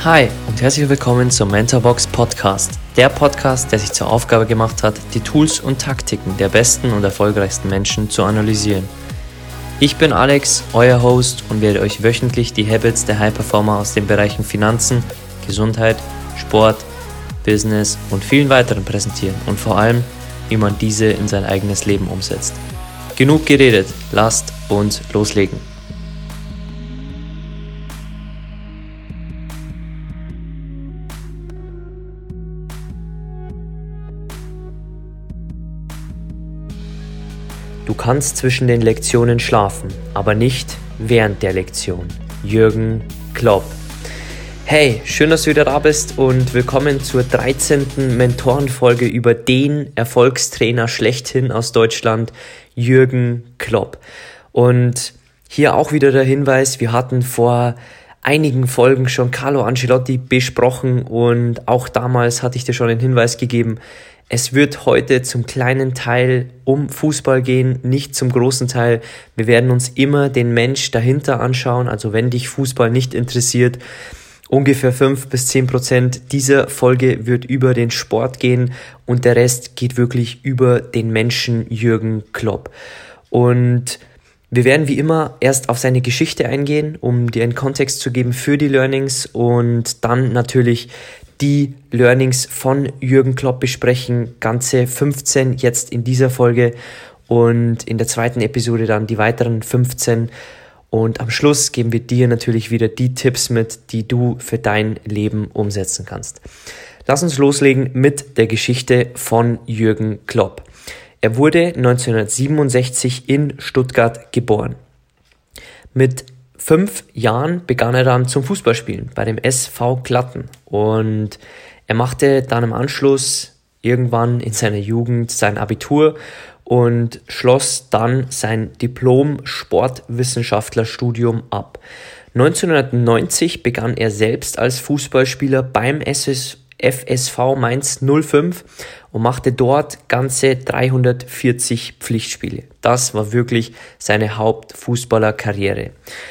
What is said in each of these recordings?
Hi und herzlich willkommen zum Mentorbox Podcast. Der Podcast, der sich zur Aufgabe gemacht hat, die Tools und Taktiken der besten und erfolgreichsten Menschen zu analysieren. Ich bin Alex, euer Host und werde euch wöchentlich die Habits der High-Performer aus den Bereichen Finanzen, Gesundheit, Sport, Business und vielen weiteren präsentieren und vor allem, wie man diese in sein eigenes Leben umsetzt. Genug geredet, lasst uns loslegen. Du kannst zwischen den Lektionen schlafen, aber nicht während der Lektion. Jürgen Klopp. Hey, schön, dass du wieder da bist und willkommen zur 13. Mentorenfolge über den Erfolgstrainer schlechthin aus Deutschland, Jürgen Klopp. Und hier auch wieder der Hinweis, wir hatten vor einigen Folgen schon Carlo Ancelotti besprochen und auch damals hatte ich dir schon den Hinweis gegeben, es wird heute zum kleinen Teil um Fußball gehen, nicht zum großen Teil. Wir werden uns immer den Mensch dahinter anschauen, also wenn dich Fußball nicht interessiert, ungefähr 5-10% dieser Folge wird über den Sport gehen und der Rest geht wirklich über den Menschen Jürgen Klopp. Und wir werden wie immer erst auf seine Geschichte eingehen, um dir einen Kontext zu geben für die Learnings und dann natürlich die Learnings von Jürgen Klopp besprechen, ganze 15 jetzt in dieser Folge und in der zweiten Episode dann die weiteren 15 und am Schluss geben wir dir natürlich wieder die Tipps mit, die du für dein Leben umsetzen kannst. Lass uns loslegen mit der Geschichte von Jürgen Klopp. Er wurde 1967 in Stuttgart geboren. Mit 5 Jahren begann er dann zum Fußballspielen bei dem SV Glatten und er machte dann im Anschluss irgendwann in seiner Jugend sein Abitur und schloss dann sein Diplom-Sportwissenschaftlerstudium ab. 1990 begann er selbst als Fußballspieler beim FSV Mainz 05 und machte dort ganze 340 Pflichtspiele. Das war wirklich seine Hauptfußballerkarriere.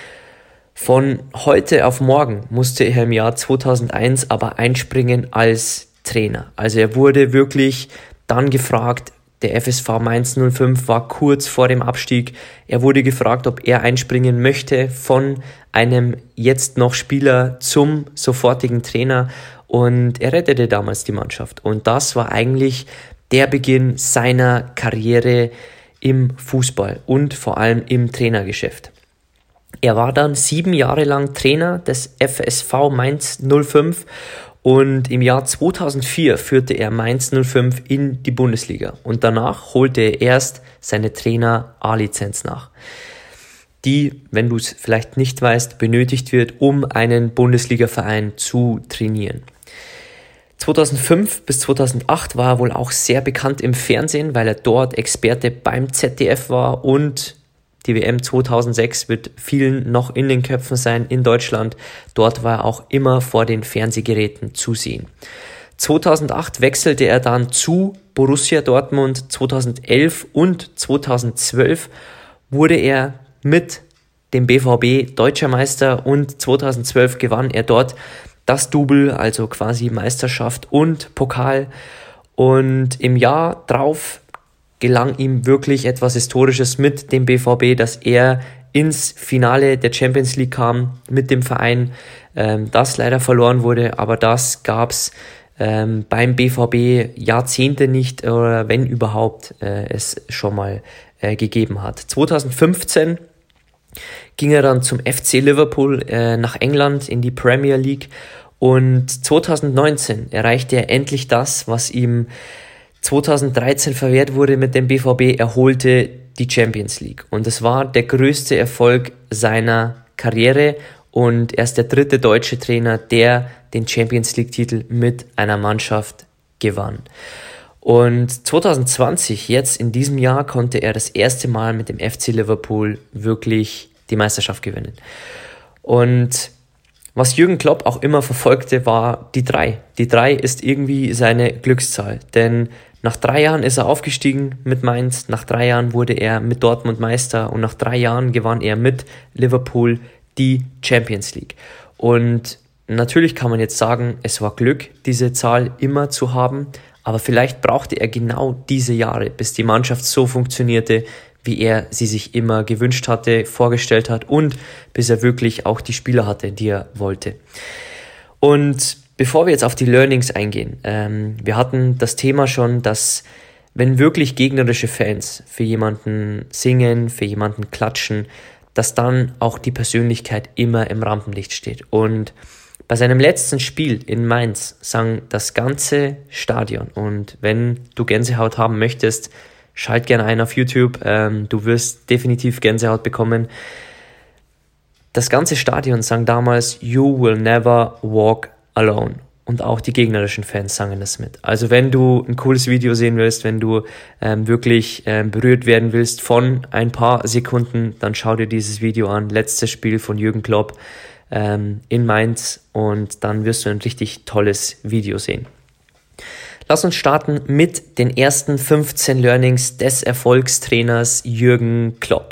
Von heute auf morgen musste er im Jahr 2001 aber einspringen als Trainer. Also er wurde wirklich dann gefragt, der FSV Mainz 05 war kurz vor dem Abstieg. Er wurde gefragt, ob er einspringen möchte von einem jetzt noch Spieler zum sofortigen Trainer und er rettete damals die Mannschaft. Und das war eigentlich der Beginn seiner Karriere im Fußball und vor allem im Trainergeschäft. Er war dann 7 Jahre lang Trainer des FSV Mainz 05 und im Jahr 2004 führte er Mainz 05 in die Bundesliga und danach holte er erst seine Trainer-A-Lizenz nach, die, wenn du es vielleicht nicht weißt, benötigt wird, um einen Bundesliga-Verein zu trainieren. 2005 bis 2008 war er wohl auch sehr bekannt im Fernsehen, weil er dort Experte beim ZDF war und die WM 2006 wird vielen noch in den Köpfen sein in Deutschland. Dort war er auch immer vor den Fernsehgeräten zu sehen. 2008 wechselte er dann zu Borussia Dortmund. 2011 und 2012 wurde er mit dem BVB Deutscher Meister und 2012 gewann er dort das Double, also quasi Meisterschaft und Pokal. Und im Jahr drauf gelang ihm wirklich etwas Historisches mit dem BVB, dass er ins Finale der Champions League kam mit dem Verein, das leider verloren wurde, aber das gab's beim BVB Jahrzehnte nicht oder wenn überhaupt es schon mal gegeben hat. 2015 ging er dann zum FC Liverpool nach England in die Premier League und 2019 erreichte er endlich das, was ihm 2013 verwehrt wurde mit dem BVB. Er holte die Champions League und es war der größte Erfolg seiner Karriere und er ist der 3. deutsche Trainer, der den Champions League Titel mit einer Mannschaft gewann. Und 2020, jetzt in diesem Jahr, konnte er das erste Mal mit dem FC Liverpool wirklich die Meisterschaft gewinnen. Und was Jürgen Klopp auch immer verfolgte, war die 3. Die 3 ist irgendwie seine Glückszahl, denn nach 3 Jahren ist er aufgestiegen mit Mainz, nach 3 Jahren wurde er mit Dortmund Meister und nach 3 Jahren gewann er mit Liverpool die Champions League. Und natürlich kann man jetzt sagen, es war Glück, diese Zahl immer zu haben, aber vielleicht brauchte er genau diese Jahre, bis die Mannschaft so funktionierte, wie er sie sich immer gewünscht hatte, vorgestellt hat und bis er wirklich auch die Spieler hatte, die er wollte. Und bevor wir jetzt auf die Learnings eingehen, wir hatten das Thema schon, dass wenn wirklich gegnerische Fans für jemanden singen, für jemanden klatschen, dass dann auch die Persönlichkeit immer im Rampenlicht steht. Und bei seinem letzten Spiel in Mainz sang das ganze Stadion. Und wenn du Gänsehaut haben möchtest, schalt gerne ein auf YouTube. Du wirst definitiv Gänsehaut bekommen. Das ganze Stadion sang damals "You will never walk alone". Und auch die gegnerischen Fans sangen das mit. Also wenn du ein cooles Video sehen willst, wenn du wirklich berührt werden willst von ein paar Sekunden, dann schau dir dieses Video an. Letztes Spiel von Jürgen Klopp in Mainz, und dann wirst du ein richtig tolles Video sehen. Lass uns starten mit den ersten 15 Learnings des Erfolgstrainers Jürgen Klopp.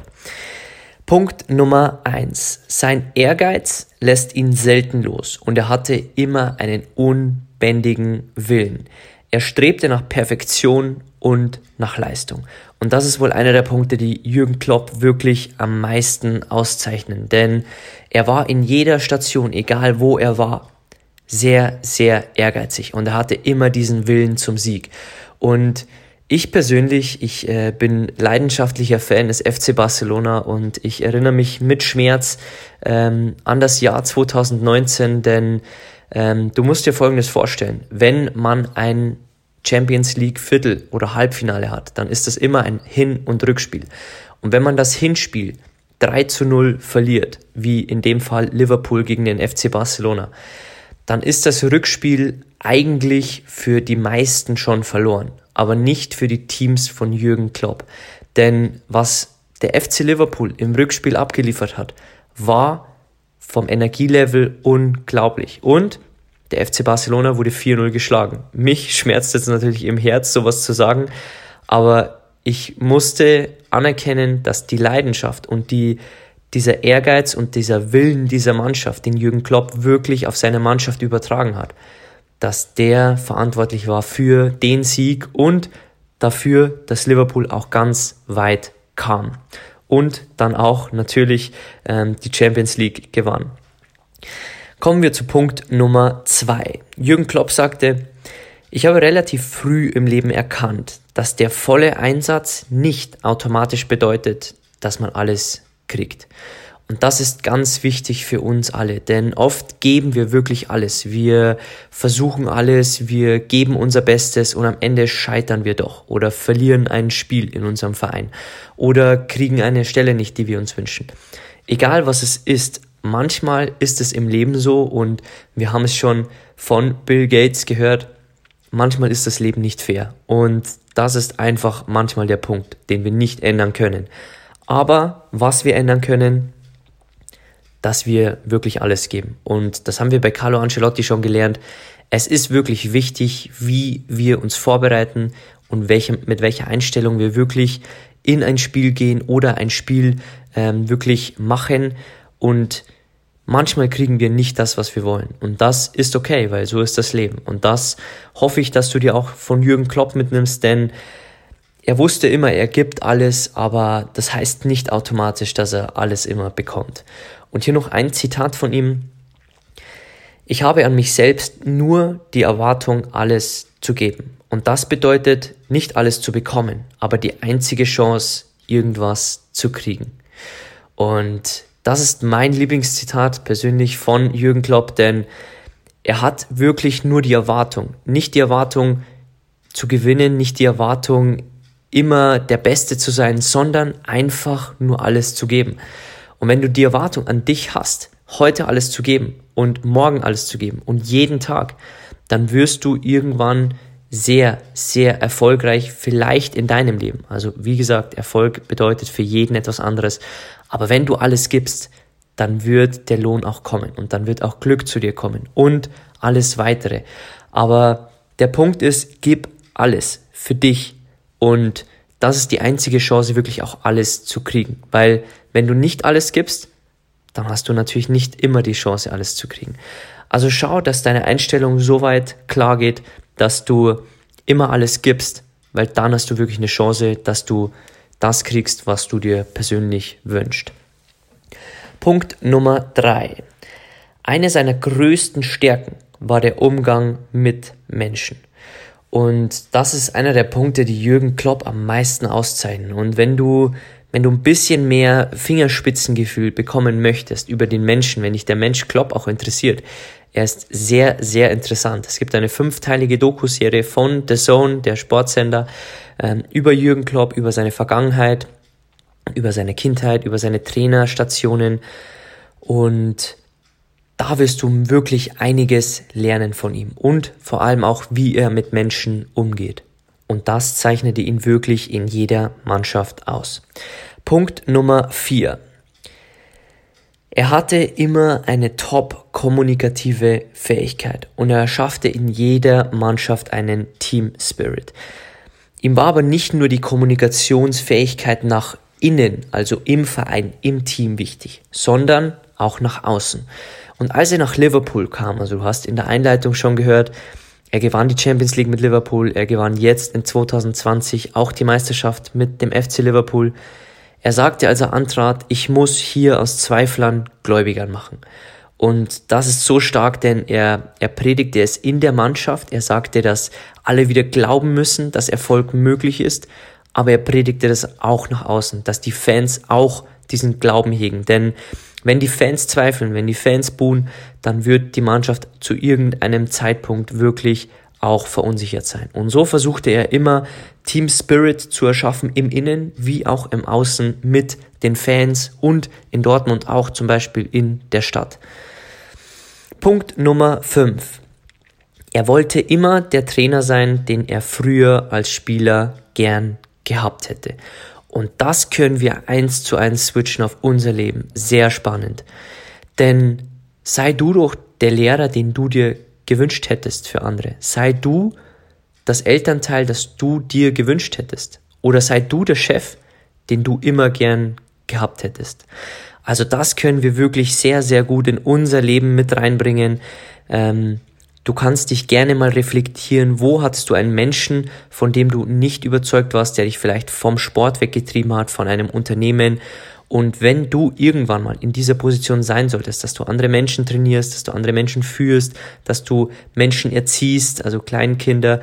Punkt Nummer 1. Sein Ehrgeiz lässt ihn selten los und er hatte immer einen unbändigen Willen. Er strebte nach Perfektion und nach Leistung. Und das ist wohl einer der Punkte, die Jürgen Klopp wirklich am meisten auszeichnen. Denn er war in jeder Station, egal wo er war, sehr, sehr ehrgeizig. Und er hatte immer diesen Willen zum Sieg. Und ich persönlich, ich bin leidenschaftlicher Fan des FC Barcelona und ich erinnere mich mit Schmerz an das Jahr 2019, denn du musst dir Folgendes vorstellen: Wenn man ein Champions League Viertel- oder Halbfinale hat, dann ist das immer ein Hin- und Rückspiel. Und wenn man das Hinspiel 3-0 verliert, wie in dem Fall Liverpool gegen den FC Barcelona, dann ist das Rückspiel eigentlich für die meisten schon verloren, aber nicht für die Teams von Jürgen Klopp. Denn was der FC Liverpool im Rückspiel abgeliefert hat, war vom Energielevel unglaublich. Und der FC Barcelona wurde 4-0 geschlagen. Mich schmerzt es natürlich im Herz, sowas zu sagen, aber ich musste anerkennen, dass die Leidenschaft und dieser Ehrgeiz und dieser Willen dieser Mannschaft, den Jürgen Klopp wirklich auf seine Mannschaft übertragen hat, dass der verantwortlich war für den Sieg und dafür, dass Liverpool auch ganz weit kam und dann auch natürlich die Champions League gewann. Kommen wir zu Punkt Nummer 2. Jürgen Klopp sagte: Ich habe relativ früh im Leben erkannt, dass der volle Einsatz nicht automatisch bedeutet, dass man alles kriegt. Und das ist ganz wichtig für uns alle, denn oft geben wir wirklich alles. Wir versuchen alles, wir geben unser Bestes und am Ende scheitern wir doch oder verlieren ein Spiel in unserem Verein oder kriegen eine Stelle nicht, die wir uns wünschen. Egal was es ist, manchmal ist es im Leben so, und wir haben es schon von Bill Gates gehört, manchmal ist das Leben nicht fair. Und das ist einfach manchmal der Punkt, den wir nicht ändern können. Aber was wir ändern können, dass wir wirklich alles geben. Und das haben wir bei Carlo Ancelotti schon gelernt. Es ist wirklich wichtig, wie wir uns vorbereiten und mit welcher Einstellung wir wirklich in ein Spiel gehen oder ein Spiel wirklich machen. Und manchmal kriegen wir nicht das, was wir wollen. Und das ist okay, weil so ist das Leben. Und das hoffe ich, dass du dir auch von Jürgen Klopp mitnimmst, denn er wusste immer, er gibt alles, aber das heißt nicht automatisch, dass er alles immer bekommt. Und hier noch ein Zitat von ihm: Ich habe an mich selbst nur die Erwartung, alles zu geben. Und das bedeutet, nicht alles zu bekommen, aber die einzige Chance, irgendwas zu kriegen. Und das ist mein Lieblingszitat persönlich von Jürgen Klopp, denn er hat wirklich nur die Erwartung, nicht die Erwartung zu gewinnen, nicht die Erwartung, immer der Beste zu sein, sondern einfach nur alles zu geben. Und wenn du die Erwartung an dich hast, heute alles zu geben und morgen alles zu geben und jeden Tag, dann wirst du irgendwann sehr, sehr erfolgreich, vielleicht in deinem Leben. Also wie gesagt, Erfolg bedeutet für jeden etwas anderes. Aber wenn du alles gibst, dann wird der Lohn auch kommen und dann wird auch Glück zu dir kommen und alles weitere. Aber der Punkt ist, gib alles für dich. Und das ist die einzige Chance, wirklich auch alles zu kriegen. Weil wenn du nicht alles gibst, dann hast du natürlich nicht immer die Chance, alles zu kriegen. Also schau, dass deine Einstellung so weit klar geht, dass du immer alles gibst, weil dann hast du wirklich eine Chance, dass du das kriegst, was du dir persönlich wünschst. Punkt Nummer 3. Eine seiner größten Stärken war der Umgang mit Menschen. Und das ist einer der Punkte, die Jürgen Klopp am meisten auszeichnen. Und wenn du ein bisschen mehr Fingerspitzengefühl bekommen möchtest über den Menschen, wenn dich der Mensch Klopp auch interessiert, er ist sehr, sehr interessant. Es gibt eine 5-teilige Dokuserie von The Zone, der Sportsender, über Jürgen Klopp, über seine Vergangenheit, über seine Kindheit, über seine Trainerstationen. Und da wirst du wirklich einiges lernen von ihm und vor allem auch, wie er mit Menschen umgeht. Und das zeichnete ihn wirklich in jeder Mannschaft aus. Punkt Nummer 4. Er hatte immer eine top-kommunikative Fähigkeit und er schaffte in jeder Mannschaft einen Team-Spirit. Ihm war aber nicht nur die Kommunikationsfähigkeit nach innen, also im Verein, im Team wichtig, sondern auch nach außen. Und als er nach Liverpool kam, also du hast in der Einleitung schon gehört, er gewann die Champions League mit Liverpool, er gewann jetzt in 2020 auch die Meisterschaft mit dem FC Liverpool. Er sagte, als er antrat, ich muss hier aus Zweiflern Gläubigern machen. Und das ist so stark, denn er predigte es in der Mannschaft. Er sagte, dass alle wieder glauben müssen, dass Erfolg möglich ist. Aber er predigte das auch nach außen, dass die Fans auch diesen Glauben hegen. Denn wenn die Fans zweifeln, wenn die Fans buhen, dann wird die Mannschaft zu irgendeinem Zeitpunkt wirklich auch verunsichert sein. Und so versuchte er immer, Team Spirit zu erschaffen im Innen wie auch im Außen mit den Fans und in Dortmund auch zum Beispiel in der Stadt. Punkt Nummer 5. Er wollte immer der Trainer sein, den er früher als Spieler gern gehabt hätte. Und das können wir 1:1 switchen auf unser Leben. Sehr spannend. Denn sei du doch der Lehrer, den du dir gewünscht hättest für andere. Sei du das Elternteil, das du dir gewünscht hättest. Oder sei du der Chef, den du immer gern gehabt hättest. Also das können wir wirklich sehr, sehr gut in unser Leben mit reinbringen. Du kannst dich gerne mal reflektieren, wo hattest du einen Menschen, von dem du nicht überzeugt warst, der dich vielleicht vom Sport weggetrieben hat, von einem Unternehmen. Und wenn du irgendwann mal in dieser Position sein solltest, dass du andere Menschen trainierst, dass du andere Menschen führst, dass du Menschen erziehst, also Kleinkinder,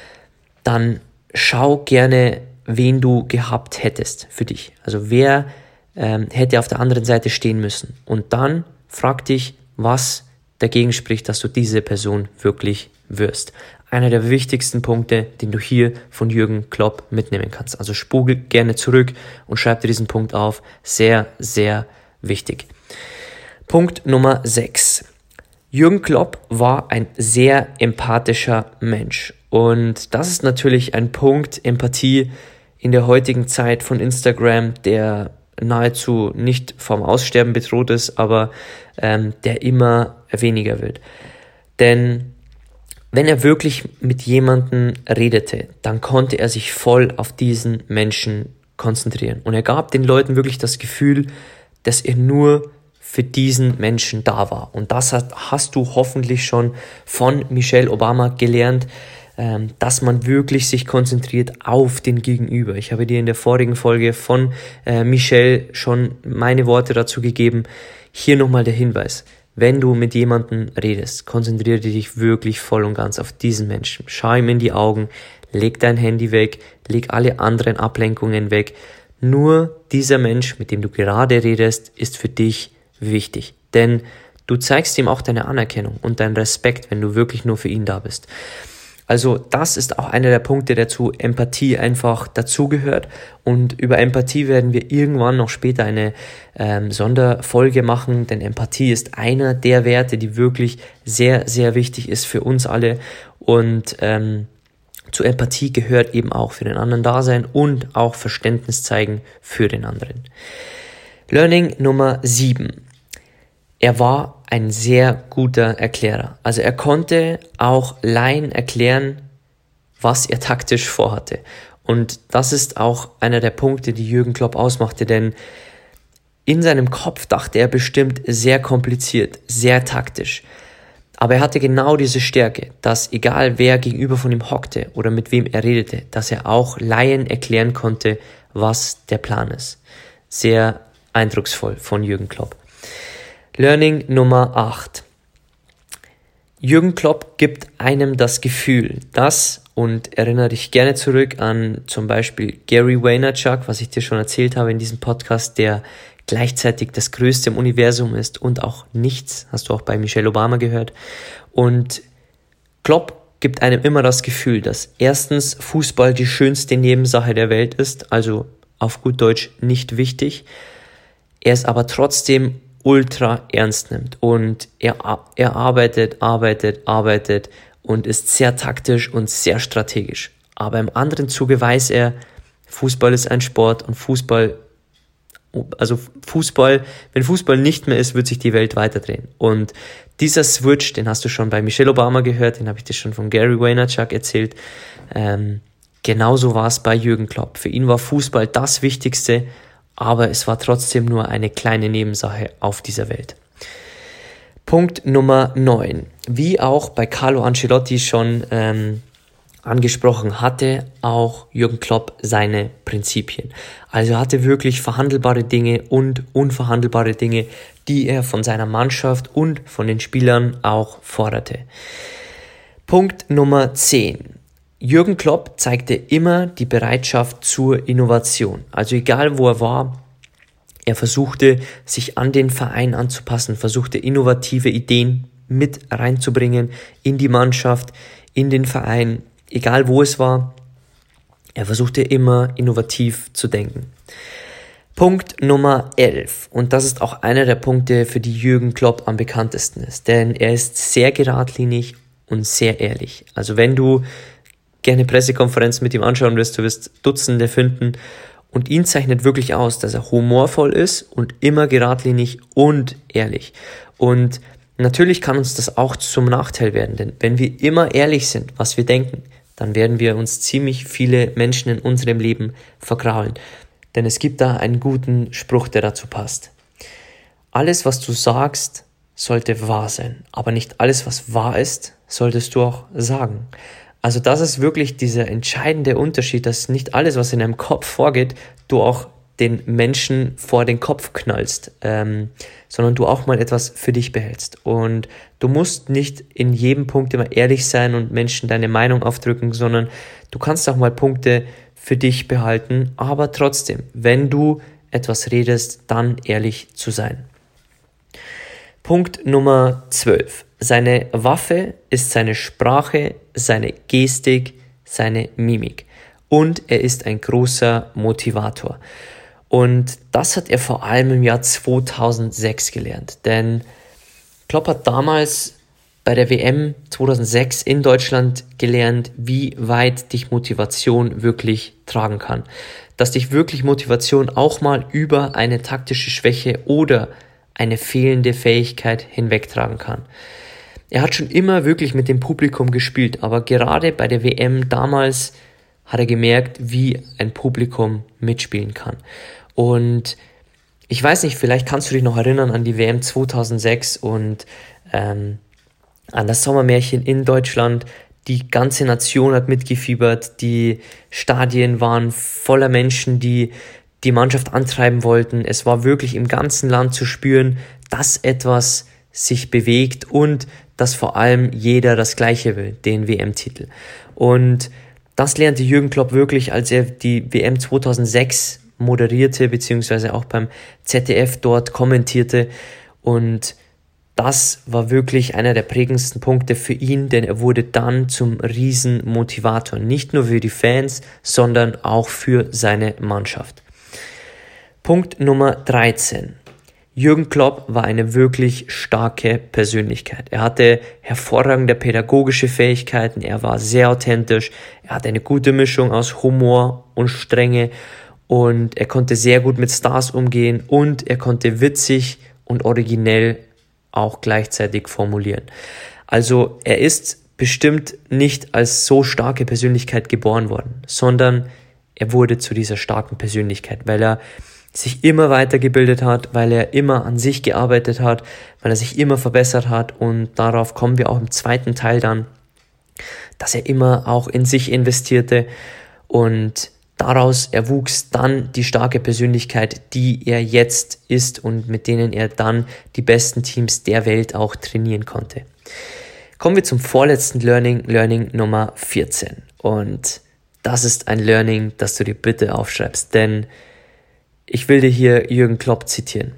dann schau gerne, wen du gehabt hättest für dich. Also wer hätte auf der anderen Seite stehen müssen. Und dann frag dich, was dagegen spricht, dass du diese Person wirklich wirst. Einer der wichtigsten Punkte, den du hier von Jürgen Klopp mitnehmen kannst. Also spule gerne zurück und schreib dir diesen Punkt auf. Sehr, sehr wichtig. Punkt Nummer 6. Jürgen Klopp war ein sehr empathischer Mensch. Und das ist natürlich ein Punkt, Empathie in der heutigen Zeit von Instagram, der nahezu nicht vom Aussterben bedroht ist, aber der immer weniger wird. Denn wenn er wirklich mit jemandem redete, dann konnte er sich voll auf diesen Menschen konzentrieren. Und er gab den Leuten wirklich das Gefühl, dass er nur für diesen Menschen da war. Und das hast du hoffentlich schon von Michelle Obama gelernt, dass man wirklich sich konzentriert auf den Gegenüber. Ich habe dir in der vorigen Folge von Michelle schon meine Worte dazu gegeben. Hier nochmal der Hinweis. Wenn du mit jemandem redest, konzentriere dich wirklich voll und ganz auf diesen Menschen. Schau ihm in die Augen, leg dein Handy weg, leg alle anderen Ablenkungen weg. Nur dieser Mensch, mit dem du gerade redest, ist für dich wichtig. Denn du zeigst ihm auch deine Anerkennung und deinen Respekt, wenn du wirklich nur für ihn da bist. Also das ist auch einer der Punkte, der zu Empathie einfach dazugehört. Und über Empathie werden wir irgendwann noch später eine Sonderfolge machen, denn Empathie ist einer der Werte, die wirklich sehr, sehr wichtig ist für uns alle. Und zu Empathie gehört eben auch für den anderen da sein und auch Verständnis zeigen für den anderen. Learning Nummer 7. Er war ein sehr guter Erklärer. Also er konnte auch Laien erklären, was er taktisch vorhatte. Und das ist auch einer der Punkte, die Jürgen Klopp ausmachte, denn In seinem Kopf dachte er bestimmt sehr kompliziert, sehr taktisch. Aber er hatte genau diese Stärke, dass egal wer gegenüber von ihm hockte oder mit wem er redete, dass er auch Laien erklären konnte, was der Plan ist. Sehr eindrucksvoll von Jürgen Klopp. Learning Nummer 8. Jürgen Klopp gibt einem das Gefühl, dass, und erinnere dich gerne zurück an zum Beispiel Gary Vaynerchuk, was ich dir schon erzählt habe in diesem Podcast, der gleichzeitig das Größte im Universum ist und auch nichts, hast du auch bei Michelle Obama gehört. Und Klopp gibt einem immer das Gefühl, dass erstens Fußball die schönste Nebensache der Welt ist, also auf gut Deutsch nicht wichtig, er es aber trotzdem ultra ernst nimmt und er arbeitet und ist sehr taktisch und sehr strategisch. Aber im anderen Zuge weiß er, Fußball ist ein Sport und wenn Fußball nicht mehr ist, wird sich die Welt weiterdrehen. Und dieser Switch, den hast du schon bei Michelle Obama gehört, den habe ich dir schon von Gary Vaynerchuk erzählt. Genauso war es bei Jürgen Klopp. Für ihn war Fußball das Wichtigste, aber es war trotzdem nur eine kleine Nebensache auf dieser Welt. Punkt Nummer 9. Wie auch bei Carlo Ancelotti schon angesprochen, hatte auch Jürgen Klopp seine Prinzipien. Also er hatte wirklich verhandelbare Dinge und unverhandelbare Dinge, die er von seiner Mannschaft und von den Spielern auch forderte. Punkt Nummer 10. Jürgen Klopp zeigte immer die Bereitschaft zur Innovation. Also egal wo er war, er versuchte sich an den Verein anzupassen, versuchte innovative Ideen mit reinzubringen in die Mannschaft, in den Verein, egal wo es war. Er versuchte immer innovativ zu denken. Punkt Nummer 11. Und das ist auch einer der Punkte, für die Jürgen Klopp am bekanntesten ist. Denn er ist sehr geradlinig und sehr ehrlich. Also wenn du gerne Pressekonferenzen mit ihm anschauen wirst, du wirst Dutzende finden. Und ihn zeichnet wirklich aus, dass er humorvoll ist und immer geradlinig und ehrlich. Und natürlich kann uns das auch zum Nachteil werden, denn wenn wir immer ehrlich sind, was wir denken, dann werden wir uns ziemlich viele Menschen in unserem Leben vergraulen. Denn es gibt da einen guten Spruch, der dazu passt. Alles, was du sagst, sollte wahr sein, aber nicht alles, was wahr ist, solltest du auch sagen. Also das ist wirklich dieser entscheidende Unterschied, dass nicht alles, was in deinem Kopf vorgeht, du auch den Menschen vor den Kopf knallst, sondern du auch mal etwas für dich behältst. Und du musst nicht in jedem Punkt immer ehrlich sein und Menschen deine Meinung aufdrücken, sondern du kannst auch mal Punkte für dich behalten, aber trotzdem, wenn du etwas redest, dann ehrlich zu sein. Punkt Nummer 12. Seine Waffe ist seine Sprache, seine Gestik, seine Mimik. Und er ist ein großer Motivator. Und das hat er vor allem im Jahr 2006 gelernt. Denn Klopp hat damals bei der WM 2006 in Deutschland gelernt, wie weit dich Motivation wirklich tragen kann. Dass dich wirklich Motivation auch mal über eine taktische Schwäche oder eine fehlende Fähigkeit hinwegtragen kann. Er hat schon immer wirklich mit dem Publikum gespielt, aber gerade bei der WM damals hat er gemerkt, wie ein Publikum mitspielen kann. Und ich weiß nicht, vielleicht kannst du dich noch erinnern an die WM 2006 und an das Sommermärchen in Deutschland. Die ganze Nation hat mitgefiebert, die Stadien waren voller Menschen, die die Mannschaft antreiben wollten. Es war wirklich im ganzen Land zu spüren, dass etwas sich bewegt und dass vor allem jeder das Gleiche will, den WM-Titel. Und das lernte Jürgen Klopp wirklich, als er die WM 2006 moderierte, beziehungsweise auch beim ZDF dort kommentierte. Und das war wirklich einer der prägendsten Punkte für ihn, denn er wurde dann zum Riesenmotivator. Nicht nur für die Fans, sondern auch für seine Mannschaft. Punkt Nummer 13. Jürgen Klopp war eine wirklich starke Persönlichkeit. Er hatte hervorragende pädagogische Fähigkeiten, er war sehr authentisch, er hatte eine gute Mischung aus Humor und Strenge und er konnte sehr gut mit Stars umgehen und er konnte witzig und originell auch gleichzeitig formulieren. Also er ist bestimmt nicht als so starke Persönlichkeit geboren worden, sondern er wurde zu dieser starken Persönlichkeit, weil er sich immer weitergebildet hat, weil er immer an sich gearbeitet hat, weil er sich immer verbessert hat, und darauf kommen wir auch im zweiten Teil dann, dass er immer auch in sich investierte, und daraus erwuchs dann die starke Persönlichkeit, die er jetzt ist und mit denen er dann die besten Teams der Welt auch trainieren konnte. Kommen wir zum vorletzten Learning, Learning Nummer 14. Und das ist ein Learning, das du dir bitte aufschreibst, denn ich will dir hier Jürgen Klopp zitieren.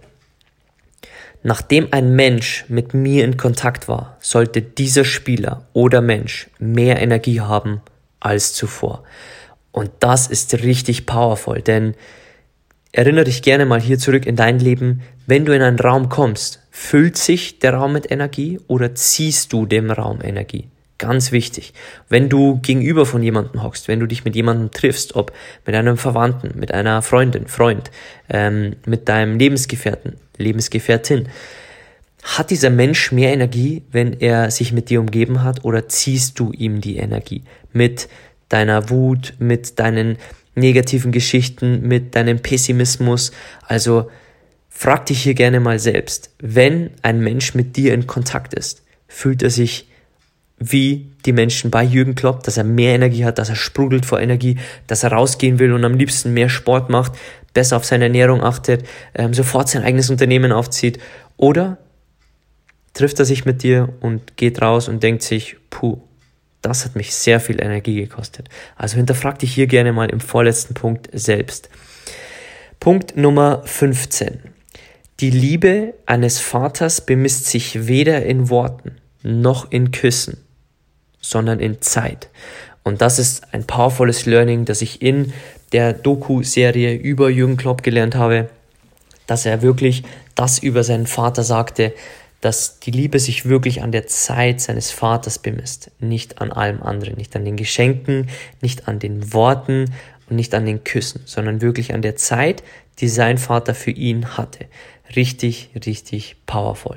Nachdem ein Mensch mit mir in Kontakt war, sollte dieser Spieler oder Mensch mehr Energie haben als zuvor. Und das ist richtig powerful, denn erinnere dich gerne mal hier zurück in dein Leben, wenn du in einen Raum kommst, füllt sich der Raum mit Energie oder ziehst du dem Raum Energie? Ganz wichtig. Wenn du gegenüber von jemandem hockst, wenn du dich mit jemandem triffst, ob mit einem Verwandten, mit einer Freundin, Freund, mit deinem Lebensgefährten, Lebensgefährtin, hat dieser Mensch mehr Energie, wenn er sich mit dir umgeben hat, oder ziehst du ihm die Energie mit deiner Wut, mit deinen negativen Geschichten, mit deinem Pessimismus? Also frag dich hier gerne mal selbst, wenn ein Mensch mit dir in Kontakt ist, fühlt er sich wie die Menschen bei Jürgen Klopp, dass er mehr Energie hat, dass er sprudelt vor Energie, dass er rausgehen will und am liebsten mehr Sport macht, besser auf seine Ernährung achtet, sofort sein eigenes Unternehmen aufzieht? Oder trifft er sich mit dir und geht raus und denkt sich, puh, das hat mich sehr viel Energie gekostet. Also hinterfrag dich hier gerne mal im vorletzten Punkt selbst. Punkt Nummer 15. Die Liebe eines Vaters bemisst sich weder in Worten noch in Küssen, sondern in Zeit. Und das ist ein powervolles Learning, das ich in der Doku-Serie über Jürgen Klopp gelernt habe, dass er wirklich das über seinen Vater sagte, dass die Liebe sich wirklich an der Zeit seines Vaters bemisst, nicht an allem anderen, nicht an den Geschenken, nicht an den Worten und nicht an den Küssen, sondern wirklich an der Zeit, die sein Vater für ihn hatte. Richtig, richtig powerful.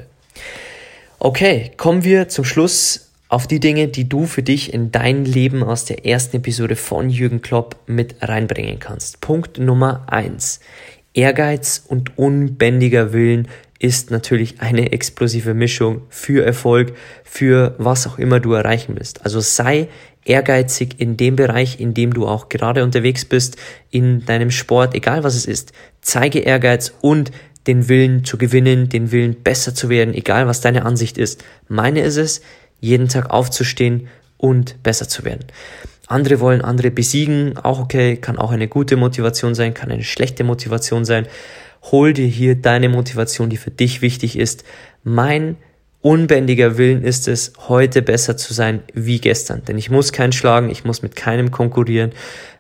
Okay, kommen wir zum Schluss auf die Dinge, die du für dich in dein Leben aus der ersten Episode von Jürgen Klopp mit reinbringen kannst. Punkt Nummer 1. Ehrgeiz und unbändiger Willen ist natürlich eine explosive Mischung für Erfolg, für was auch immer du erreichen willst. Also sei ehrgeizig in dem Bereich, in dem du auch gerade unterwegs bist, in deinem Sport, egal was es ist. Zeige Ehrgeiz und den Willen zu gewinnen, den Willen besser zu werden, egal was deine Ansicht ist. Meine ist es, jeden Tag aufzustehen und besser zu werden. Andere wollen andere besiegen, auch okay, kann auch eine gute Motivation sein, kann eine schlechte Motivation sein. Hol dir hier deine Motivation, die für dich wichtig ist. Mein unbändiger Willen ist es, heute besser zu sein wie gestern. Denn ich muss keinen schlagen, ich muss mit keinem konkurrieren.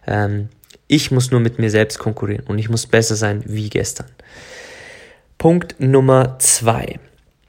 Ich muss nur mit mir selbst konkurrieren und ich muss besser sein wie gestern. Punkt Nummer 2.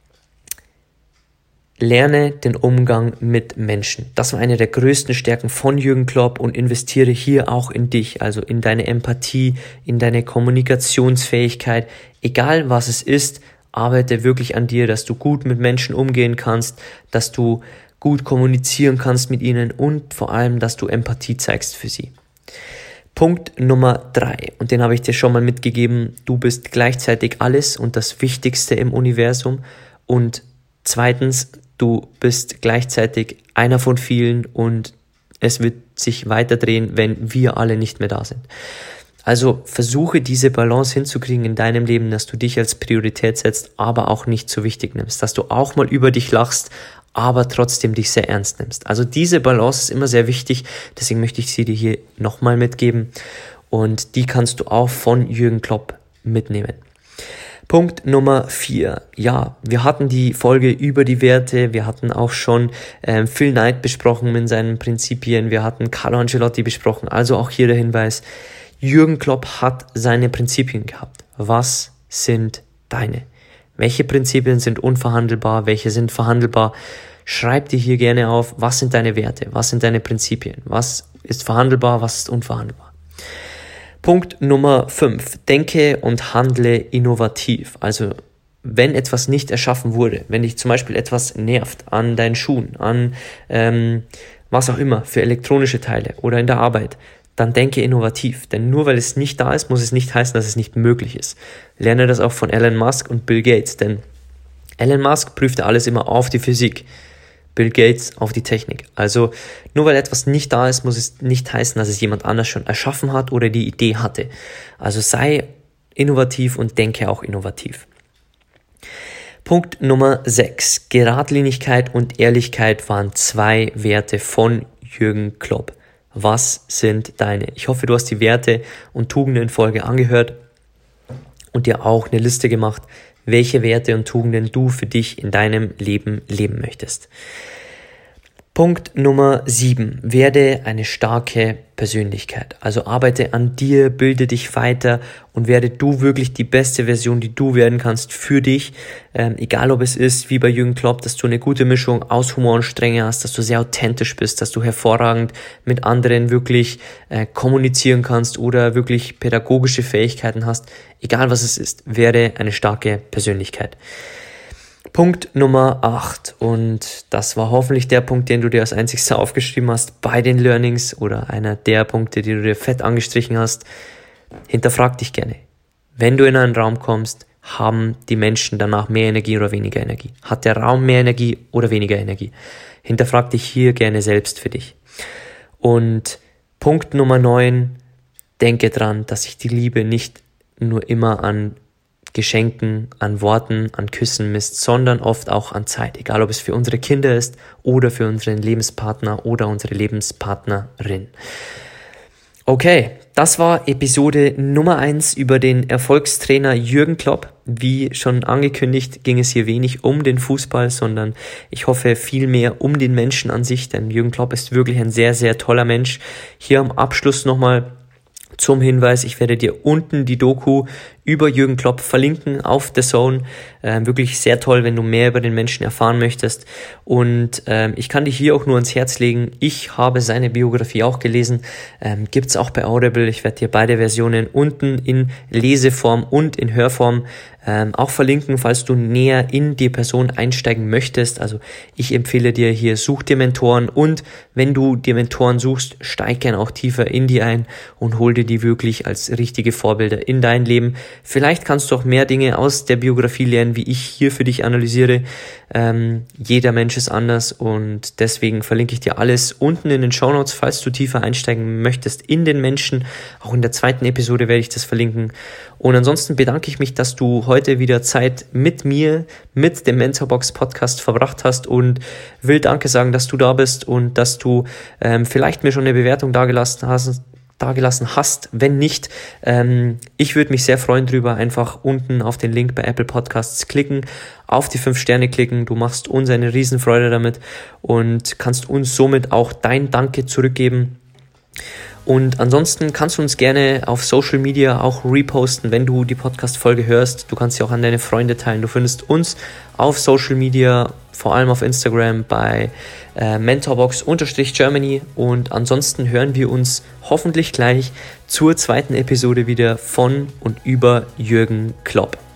Lerne den Umgang mit Menschen. Das war eine der größten Stärken von Jürgen Klopp und investiere hier auch in dich, also in deine Empathie, in deine Kommunikationsfähigkeit. Egal was es ist, arbeite wirklich an dir, dass du gut mit Menschen umgehen kannst, dass du gut kommunizieren kannst mit ihnen und vor allem, dass du Empathie zeigst für sie. Punkt Nummer 3, und den habe ich dir schon mal mitgegeben, du bist gleichzeitig alles und das Wichtigste im Universum, und zweitens, du bist gleichzeitig einer von vielen und es wird sich weiterdrehen, wenn wir alle nicht mehr da sind. Also versuche diese Balance hinzukriegen in deinem Leben, dass du dich als Priorität setzt, aber auch nicht zu wichtig nimmst, dass du auch mal über dich lachst, aber trotzdem dich sehr ernst nimmst. Also diese Balance ist immer sehr wichtig, deswegen möchte ich sie dir hier nochmal mitgeben und die kannst du auch von Jürgen Klopp mitnehmen. Punkt Nummer 4. Ja, wir hatten die Folge über die Werte, wir hatten auch schon Phil Knight besprochen mit seinen Prinzipien, wir hatten Carlo Ancelotti besprochen, also auch hier der Hinweis, Jürgen Klopp hat seine Prinzipien gehabt. Was sind deine? Welche Prinzipien sind unverhandelbar, welche sind verhandelbar? Schreib dir hier gerne auf, was sind deine Werte, was sind deine Prinzipien, was ist verhandelbar, was ist unverhandelbar. Punkt Nummer 5. Denke und handle innovativ. Also wenn etwas nicht erschaffen wurde, wenn dich zum Beispiel etwas nervt an deinen Schuhen, an was auch immer für elektronische Teile oder in der Arbeit, dann denke innovativ. Denn nur weil es nicht da ist, muss es nicht heißen, dass es nicht möglich ist. Lerne das auch von Elon Musk und Bill Gates, denn Elon Musk prüfte alles immer auf die Physik, Bill Gates auf die Technik. Also nur weil etwas nicht da ist, muss es nicht heißen, dass es jemand anders schon erschaffen hat oder die Idee hatte. Also sei innovativ und denke auch innovativ. Punkt Nummer 6. Geradlinigkeit und Ehrlichkeit waren 2 Werte von Jürgen Klopp. Was sind deine? Ich hoffe, du hast die Werte und Tugenden in Folge angehört und dir auch eine Liste gemacht, welche Werte und Tugenden du für dich in deinem Leben leben möchtest. Punkt Nummer 7. Werde eine starke Persönlichkeit. Also arbeite an dir, bilde dich weiter und werde du wirklich die beste Version, die du werden kannst für dich. Egal ob es ist, wie bei Jürgen Klopp, dass du eine gute Mischung aus Humor und Strenge hast, dass du sehr authentisch bist, dass du hervorragend mit anderen wirklich kommunizieren kannst oder wirklich pädagogische Fähigkeiten hast. Egal was es ist, werde eine starke Persönlichkeit. Punkt Nummer 8 und das war hoffentlich der Punkt, den du dir als einzigster aufgeschrieben hast bei den Learnings oder einer der Punkte, die du dir fett angestrichen hast. Hinterfrag dich gerne. Wenn du in einen Raum kommst, haben die Menschen danach mehr Energie oder weniger Energie? Hat der Raum mehr Energie oder weniger Energie? Hinterfrag dich hier gerne selbst für dich. Und Punkt Nummer 9, denke dran, dass sich die Liebe nicht nur immer an Geschenken, an Worten, an Küssen misst, sondern oft auch an Zeit. Egal, ob es für unsere Kinder ist oder für unseren Lebenspartner oder unsere Lebenspartnerin. Okay, das war Episode Nummer 1 über den Erfolgstrainer Jürgen Klopp. Wie schon angekündigt, ging es hier wenig um den Fußball, sondern ich hoffe viel mehr um den Menschen an sich, denn Jürgen Klopp ist wirklich ein sehr, sehr toller Mensch. Hier am Abschluss nochmal zum Hinweis, ich werde dir unten die Doku über Jürgen Klopp verlinken auf The Zone. Wirklich sehr toll, wenn du mehr über den Menschen erfahren möchtest. Und ich kann dich hier auch nur ans Herz legen. Ich habe seine Biografie auch gelesen. Gibt's auch bei Audible. Ich werde dir beide Versionen unten in Leseform und in Hörform auch verlinken, falls du näher in die Person einsteigen möchtest. Also ich empfehle dir hier, such dir Mentoren und wenn du dir Mentoren suchst, steig gerne auch tiefer in die ein und hol dir die wirklich als richtige Vorbilder in dein Leben. Vielleicht kannst du auch mehr Dinge aus der Biografie lernen, wie ich hier für dich analysiere. Jeder Mensch ist anders und deswegen verlinke ich dir alles unten in den Shownotes, falls du tiefer einsteigen möchtest in den Menschen. Auch in der 2. Episode werde ich das verlinken. Und ansonsten bedanke ich mich, dass du heute wieder Zeit mit mir, mit dem Mentorbox Podcast verbracht hast und will Danke sagen, dass du da bist und dass du vielleicht mir schon eine Bewertung dagelassen hast. Wenn nicht, ich würde mich sehr freuen drüber. Einfach unten auf den Link bei Apple Podcasts klicken, auf die 5 Sterne klicken. Du machst uns eine Riesenfreude damit und kannst uns somit auch dein Danke zurückgeben. Und ansonsten kannst du uns gerne auf Social Media auch reposten, wenn du die Podcast-Folge hörst. Du kannst sie auch an deine Freunde teilen. Du findest uns auf Social Media, vor allem auf Instagram bei Mentorbox_Germany. Und ansonsten hören wir uns hoffentlich gleich zur 2. Episode wieder von und über Jürgen Klopp.